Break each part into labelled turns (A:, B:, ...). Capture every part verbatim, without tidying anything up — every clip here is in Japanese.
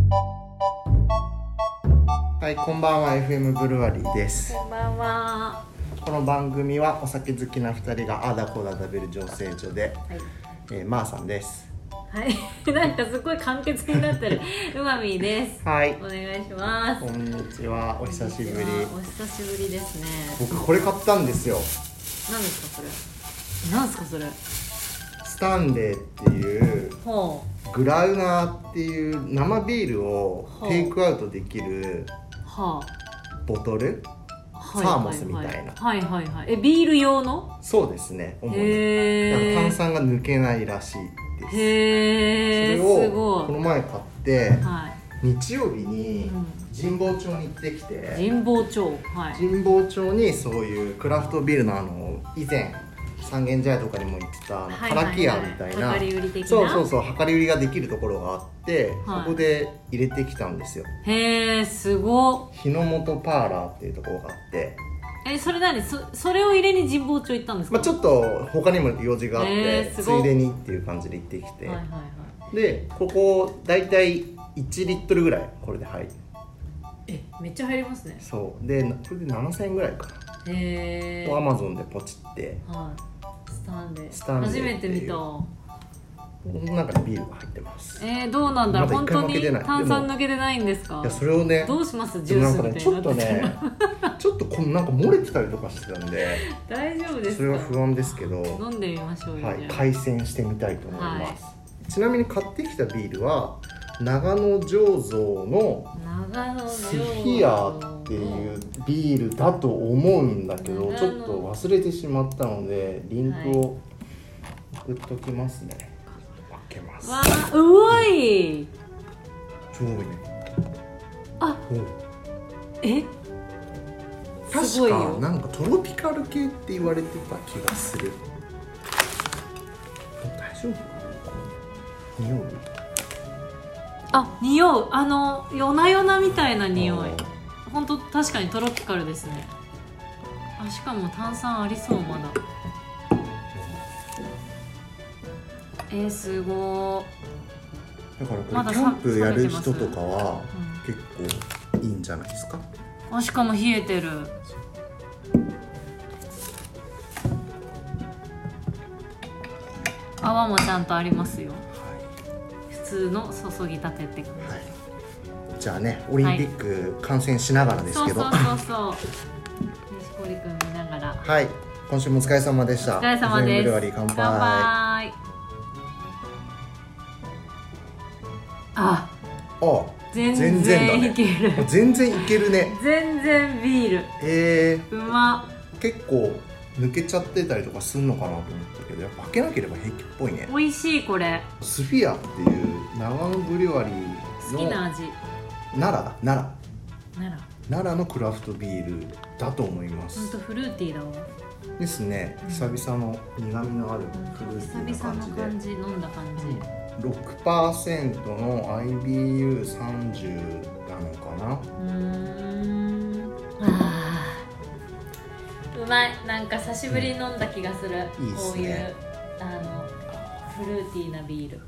A: はい、こんばんは。 エフエム ブルワリーです。
B: こんばんは。
A: この番組はお酒好きなふたりがあだこだ食べる醸成所で、はい、えー、まーさんです。
B: はい、なんかすごい簡潔になってるうまみーです。
A: はい、
B: お願いします。
A: こんにちは、お久しぶり。
B: お久しぶりですね。
A: 僕これ買ったんですよ。
B: 何ですかそれ。何ですかそれ。
A: スタンレーっていう
B: ほう
A: グラウナーっていう生ビールをテイクアウトできるボトル、はあ、サーモスみたいな。
B: はいはいはい。え、ビール用の？
A: そうですね。主に
B: へ
A: だから炭酸が抜けないらしいです。
B: へー、
A: それ
B: すごい。
A: をこの前買って、
B: はい、
A: 日曜日に神保町に行ってきて、
B: 神保町、はい、
A: 神保町にそういうクラフトビールのあの以前三軒茶屋とかにも行ってたカラキ屋みたいな、
B: 量り売り的な、
A: そうそうそう、量り売りができるところがあって、はい、そこで入れてきたんですよ。
B: へー、すごっ。
A: 日の本パーラーっていうところがあって、
B: え、それ何 そ, それを入れに神保町行ったんですか？
A: まあ、ちょっと他にも用事があって、
B: えー、
A: ついでにっていう感じで行ってきて、
B: はいはいはい、
A: でここだいたいいちリットルぐらいこれで入る。
B: え、めっちゃ入りますね。
A: そうで、これでななせんえんぐらいかな。
B: へー、
A: アマゾンでポチって、
B: はい、スタンレー、
A: スタンレー
B: 初めて見た。
A: この中にビールが入ってます。
B: えー、どうなんだろう、
A: ま、
B: 本当に炭酸抜けてないんですか？
A: いや、それをね、
B: どうします？ジュースみたいになって、
A: ちょっとねちょっとこのなんか漏れてたりとかしてたんで
B: 大丈夫ですか？
A: それは不安ですけど、
B: 飲んでみましょうよ。
A: はい、回線してみたいと思います、はい、ちなみに買ってきたビールは長野醸造のスフィアっていうビールだと思うんだけど、ちょっと忘れてしまったのでリンクを送っときますね、はい、開けます。
B: わー、うわい、
A: 超いいね。
B: あ、え、
A: 確かなんかトロピカル系って言われてた気がする。大丈夫かな、匂う？
B: あ、匂う。あの夜な夜なみたいな匂い。本当確かにトロピカルですね。あ、しかも炭酸ありそう。まだ。えー、すごー。
A: だからこれキャンプやる人とかは結構いいんじゃないですか。
B: あ、しかも冷えてる。泡もちゃんとありますよ、はい、普通の注ぎたてって感じ、はい、
A: じゃあね、オリンピック観戦しながらですけど、
B: はい、そうそうそうそう、西堀君見ながら、
A: はい、今週もお疲れ様でした。
B: お疲れ様です。
A: ブルワリー乾杯。
B: 乾杯。あ、
A: あ、
B: 全然、全然いける、ね、
A: 全然いけるね。
B: 全然ビール、
A: えー、
B: うま。
A: 結構抜けちゃってたりとかするのかなと思ったけど、やっぱ開けなければ平気っぽいね。
B: 美味しい。これ
A: スフィアっていう長野ブリュワリーの
B: 好きな味。
A: 奈良だ、奈良
B: 奈良
A: 奈良のクラフトビールだと思います。
B: ほんとフルーティーだわ
A: ですね、うん、久々の苦みのあるフルーティーな感じで、
B: 久々の感じ、飲んだ感じ、
A: うん、ろくパーセント の アイビーユーさんじゅう なのかな。
B: うーん、あー、うまい。なんか久しぶりに飲んだ気がする、うん、いいっすね、こういうあのフルーティーなビール。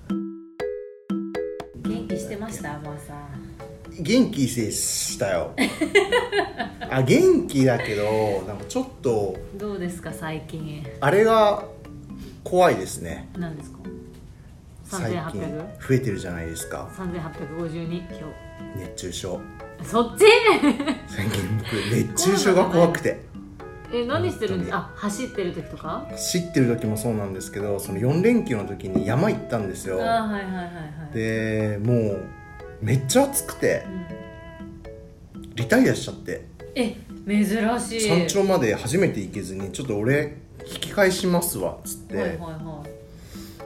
B: 元気してました？まあさん
A: 元気でしたよあ、元気だけどなんかちょっと
B: どうですか最近。
A: あれが怖いですね。
B: 何ですか？
A: 最近増えてるじゃないですか。
B: さんぜんはっぴゃくごじゅうに、今日
A: 熱中症。
B: そっち
A: 最近僕熱中症が怖くて
B: え、何してるんですか？あ、走ってる時とか？
A: 走ってる時もそうなんですけど、そのよん連休の時に山行ったんですよ。
B: あ、はいはいはいはい。
A: でもうめっちゃ暑くて、うん、リタイアしちゃって。え、
B: 珍しい。
A: 山頂まで初めて行けずに、ちょっと俺引き返しますわっつって、はいはいはい、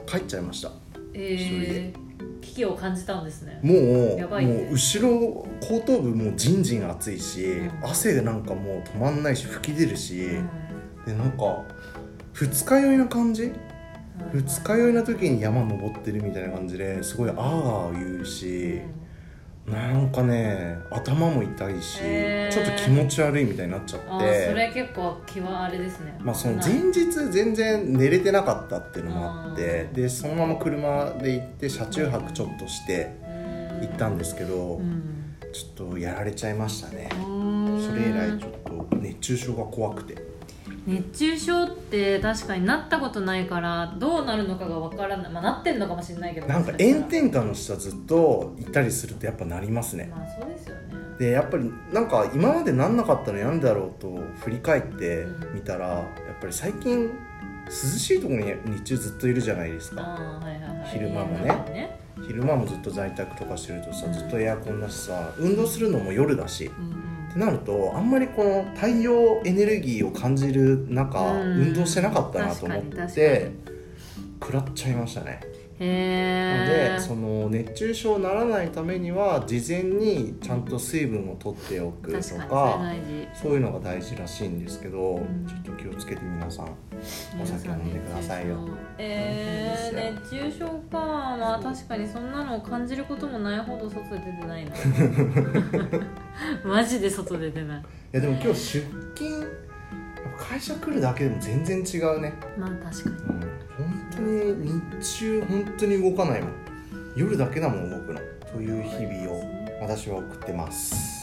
A: 帰っちゃいました。
B: えー、危機を感じたんですね。
A: もう、やばいね、もう後ろ後頭部もうじんじん暑いし、うん、汗でなんかもう止まんないし吹き出るし、うん、でなんか二日酔いな感じ、うん、二日酔いな時に山登ってるみたいな感じですごいああ言うし、うん、なんかね頭も痛いし、えー、ちょっと気持ち悪いみたいになっちゃって。あ、
B: それ結構気はあれですね。
A: まあその前日全然寝れてなかったっていうのもあって、でそのまま車で行って車中泊ちょっとして、 行ったんですけど、
B: うん、
A: ちょっとやられちゃいましたね。それ以来ちょっと熱中症が怖くて。
B: 熱中症って確かになったことないからどうなるのかがわからない、まあ、なってんのかもしれないけど、
A: なんか炎天下の下ずっといたりするとやっぱなりますね。
B: まあそうですよね。
A: でやっぱりなんか今までなんなかったのなんでだろうと振り返ってみたら、うん、やっぱり最近涼しいところに日中ずっといるじゃないですか。
B: あ、はいはいはい、
A: 昼間も ね, ね昼間もずっと在宅とかしてるとさ、うん、ずっとエアコンだしさ、運動するのも夜だし、うんうん、ってなるとあんまりこの太陽エネルギーを感じる中、うん、運動してなかったなと思って食らっちゃいましたね。
B: へ
A: なのでその熱中症にならないためには事前にちゃんと水分を取っておくと か, かそういうのが大事らしいんですけど、うん、ちょっと気をつけて皆さんお酒を飲んでくださいよ。
B: えー、熱中症か。まあ確かにそんなのを感じることもないほど外で出てないなマジで外で出ない。い
A: やでも今日出勤会社来るだけでも全然違うね。
B: まあ確かに、うん、
A: 本当に日中本当に動かないもん。夜だけだもん動くのという日々を私は送ってます。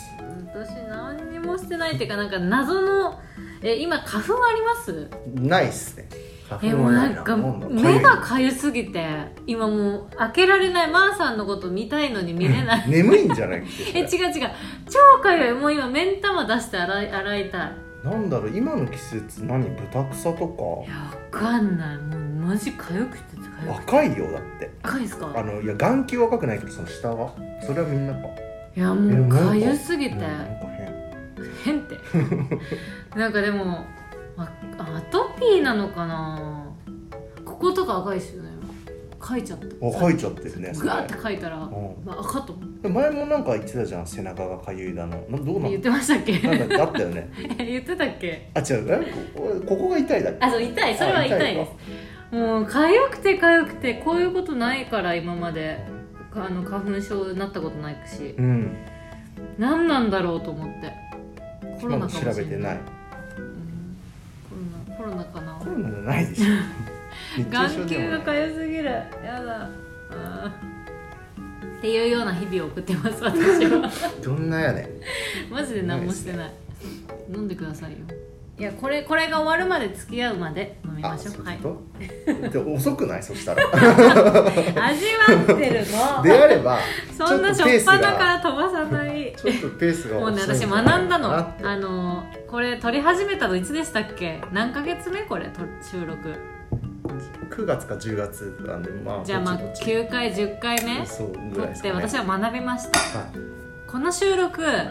B: 私何にもしてないっていうか、なんか謎のえ今花粉あります？
A: ないっすね。花粉
B: えもうなんか目がかゆすぎて今もう開けられない。マーさんのこと見たいのに見れない
A: 眠いんじゃない
B: え違う違う超かゆい。もう今目ん玉出して洗い、洗いたい。
A: なんだろう今の季節何豚草とか。
B: いやわかんない。もうマジかゆくてかゆくて。
A: 赤いよだって。
B: 赤いですか？
A: あのいや眼球は赤くないけどその下はそれはみんなか。
B: いやもうかゆすぎて、うん、
A: なんか
B: 変変ってなんかでもアトピーなのかな。こことか赤いですよね。書いちゃった。
A: あ書いちゃってるね。
B: ガーって書いたら、うんまあ、赤と
A: 前もなんか言ってたじゃん。背中がかゆいだのな。どうなの？
B: 言ってましたっけ？
A: なんだあったよね
B: 言ってたっけ？
A: あ違うえ こ, ここが痛いだっけ？
B: あそう痛い。それは痛いです。もうかゆくてかゆくてこういうことないから今まであの花粉症になったことないし、うん、何なんだろうと思って。コロナかもしれない。調べてない、うん、コロナコロナかな。
A: コロナじゃないでしょ
B: 眼球がかゆすぎる。やだあっていうような日々を送ってます私は
A: どんなやね
B: んマジで何もしてない。飲んでくださいよ。いやこれこれが終わるまで付き合うまで飲みましょう。はい
A: で遅くないそしたら
B: 味わってるの
A: であれば
B: そんなしょっぱなから飛ばさない
A: ちょっとペースが
B: もうね私学んだの。あのこれ撮り始めたのいつでしたっけ？何ヶ月目これ収録
A: くがつかじゅうがつなんで、まあ、
B: じゃあまあきゅうかいじゅっかいめ
A: そう
B: 撮って私は学びました、
A: はい、
B: この収録、はい、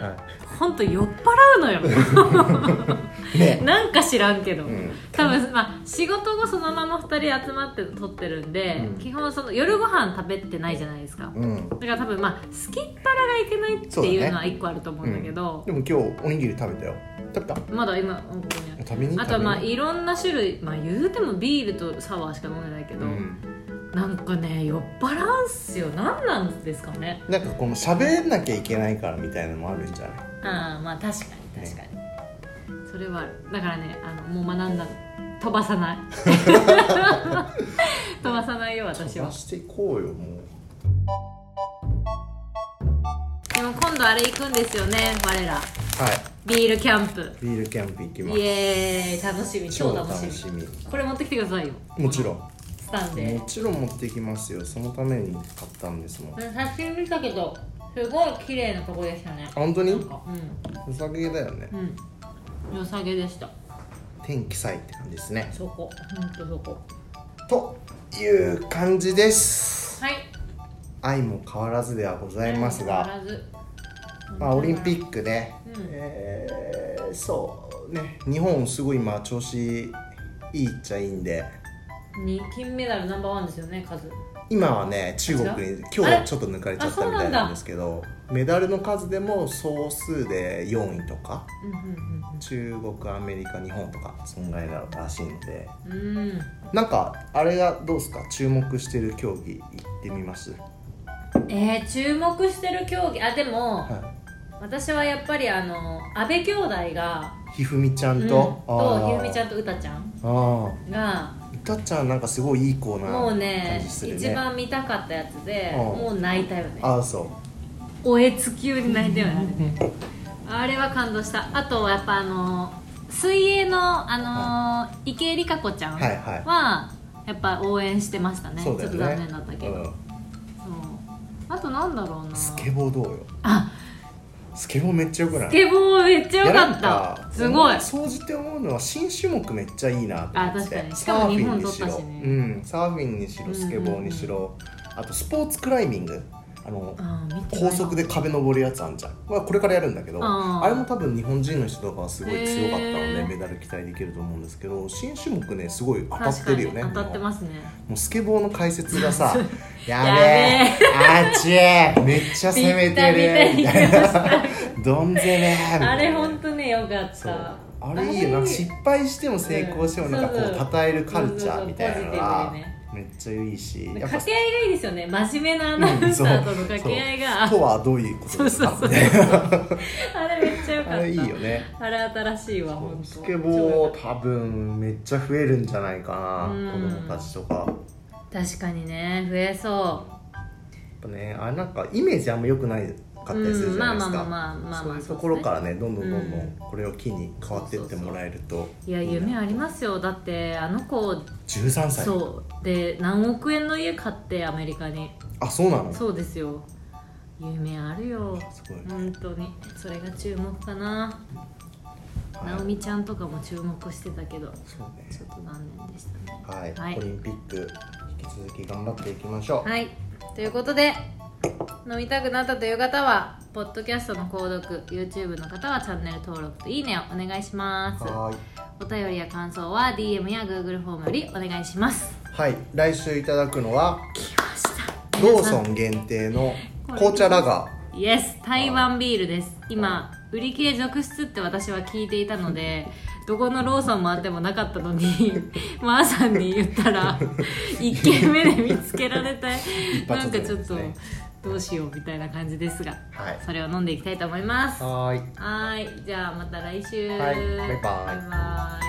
B: ほんと酔っ払うのよね、なんか知らんけど、うん、多分、まあ、仕事後そのままふたり集まって撮ってるんで、うん、基本その夜ご飯食べてないじゃないですか、うん、だから多分まあすきっ腹がいけないっていうのは一個あると思うんだけど、
A: ねうん、でも今日おにぎり食べたよ。食べた？ま
B: だ今ここにある。食べにあとはまあいろんな種類、まあ言うてもビールとサワーしか飲んでないけど、うん、なんかね酔っ払うんすよ。何なんですかね。
A: なんかこの喋んなきゃいけないからみたいなのもあるんじゃない？
B: ああまあ確かに確かに、ね、それはある。だからねあのもう学んだの飛ばさない飛ばさないよ私は。
A: 飛ばしていこうよもう。
B: でも今度あれ行くんですよね我ら。はいビールキャンプ。
A: ビールキャンプ行きます。
B: イエーイ楽しみ。超楽しみ。
A: 超楽しみ。
B: これ持ってきてくださいよ。
A: もちろん
B: スタンで
A: もちろん持ってきますよ。そのために買ったんですもん。
B: 写真見たけどすごい綺麗なとこでしたね。
A: 本当に？
B: なんか
A: うん。良さげだよね。
B: うん。良さげでした。
A: 天気さえって感じですね。
B: そこ。ほんとそこ。
A: という感じです。
B: はい。
A: 愛も変わらずではございますが。変わらず。まあ、オリンピックね、うんえー、そうね日本すごい今調子いいっちゃいいんで
B: に金メダルナンバーワンですよね数。
A: 今はね中国に今日ちょっと抜かれちゃったみたいなんですけどメダルの数でも総数でよんいとか、うんうんうん、中国アメリカ日本とかそんぐらいだらしいので、うん、なんかあれがどうですか注目してる競技行ってみます？
B: えー、注目してる競技あでも、はい私はやっぱりあの阿部兄弟が
A: ひふみちゃんと、
B: うん、とひふみちゃんとうたちゃんが
A: うたちゃんなんかすごいいい子な
B: もうね一番見たかったやつでもう泣いたよね。
A: ああそ
B: おえつ級に泣いたよねあれは感動した。あとはやっぱあの水泳の、あのーはい、池江璃花子ちゃんは、はいはい、やっぱ応援してましたね。そうだよね、ちょっと残念だったけど、うん、そうあとなんだろうな、
A: スケボーどうよ。
B: あ
A: スケボーめっちゃよくない？
B: スケボーめっちゃよかった。すごい。
A: 総じて思うのは新種目めっちゃいいなって思って。
B: あ、確かに。しかも日本取ったしね。
A: うん、サーフィンにしろスケボーにしろ、あとスポーツクライミング、あの高速で壁登るやつあんじゃん、まあ、これからやるんだけど、 あ, あれも多分日本人の人とかはすごい強かったのでメダル期待できると思うんですけど、新種目ねすごい当たってるよね。
B: 当たってますね。
A: もうスケボーの解説がさやべえあっちめっちゃ攻めてるみたいなどん攻め
B: あれほんとねよかった。
A: あれいいよ。なんか失敗しても成功してもなんかこう称えるカルチャーみたいなのがめっちゃいいし、
B: 掛け合いがいいですよね。真面目なアナウンサーとの掛け合いが、
A: とはどういうことですかみたいな
B: あれめっちゃよかった。
A: あれいいよね。
B: あれ新しいわ。本当
A: スケボー多分めっちゃ増えるんじゃないかな、子供たちとか。
B: 確かにね、増えそう。
A: やっぱね、あれなんかイメージあんま良くないかったりするじゃないですか。そういうところからね、どんどんどんどんこれを機に変わっていってもらえると。
B: いや夢ありますよ。だってあの子
A: じゅうさんさい
B: そうで何億円の家買ってアメリカに。
A: あ、そうなの？
B: そうですよ。夢あるよ。すごい本当に。それが注目かな。直美ちゃんとかも注目してたけど、そうね、ちょっと残念でしたね。
A: はい、はい、オリンピック引き続き頑張っていきましょう。
B: はい、ということで飲みたくなったという方はポッドキャストの購読、 YouTube の方はチャンネル登録といいねをお願いします。はい、お便りや感想は ディーエム や Google フォームよりお願いします。
A: はい、来週いただくのは
B: 来ました
A: ローソン限定の紅茶ラガー。
B: イエス、台湾ビールです。今売り切れ続出って私は聞いていたのでどこのローソンもあってもなかったのにマーさんに言ったらいっけんめで見つけられてなんかちょっとどうしようみたいな感じですが、はい、それを飲んでいきたいと思います。
A: はい、
B: はい、じゃあまた来週。
A: はい、バイバイ。
B: バイバイ。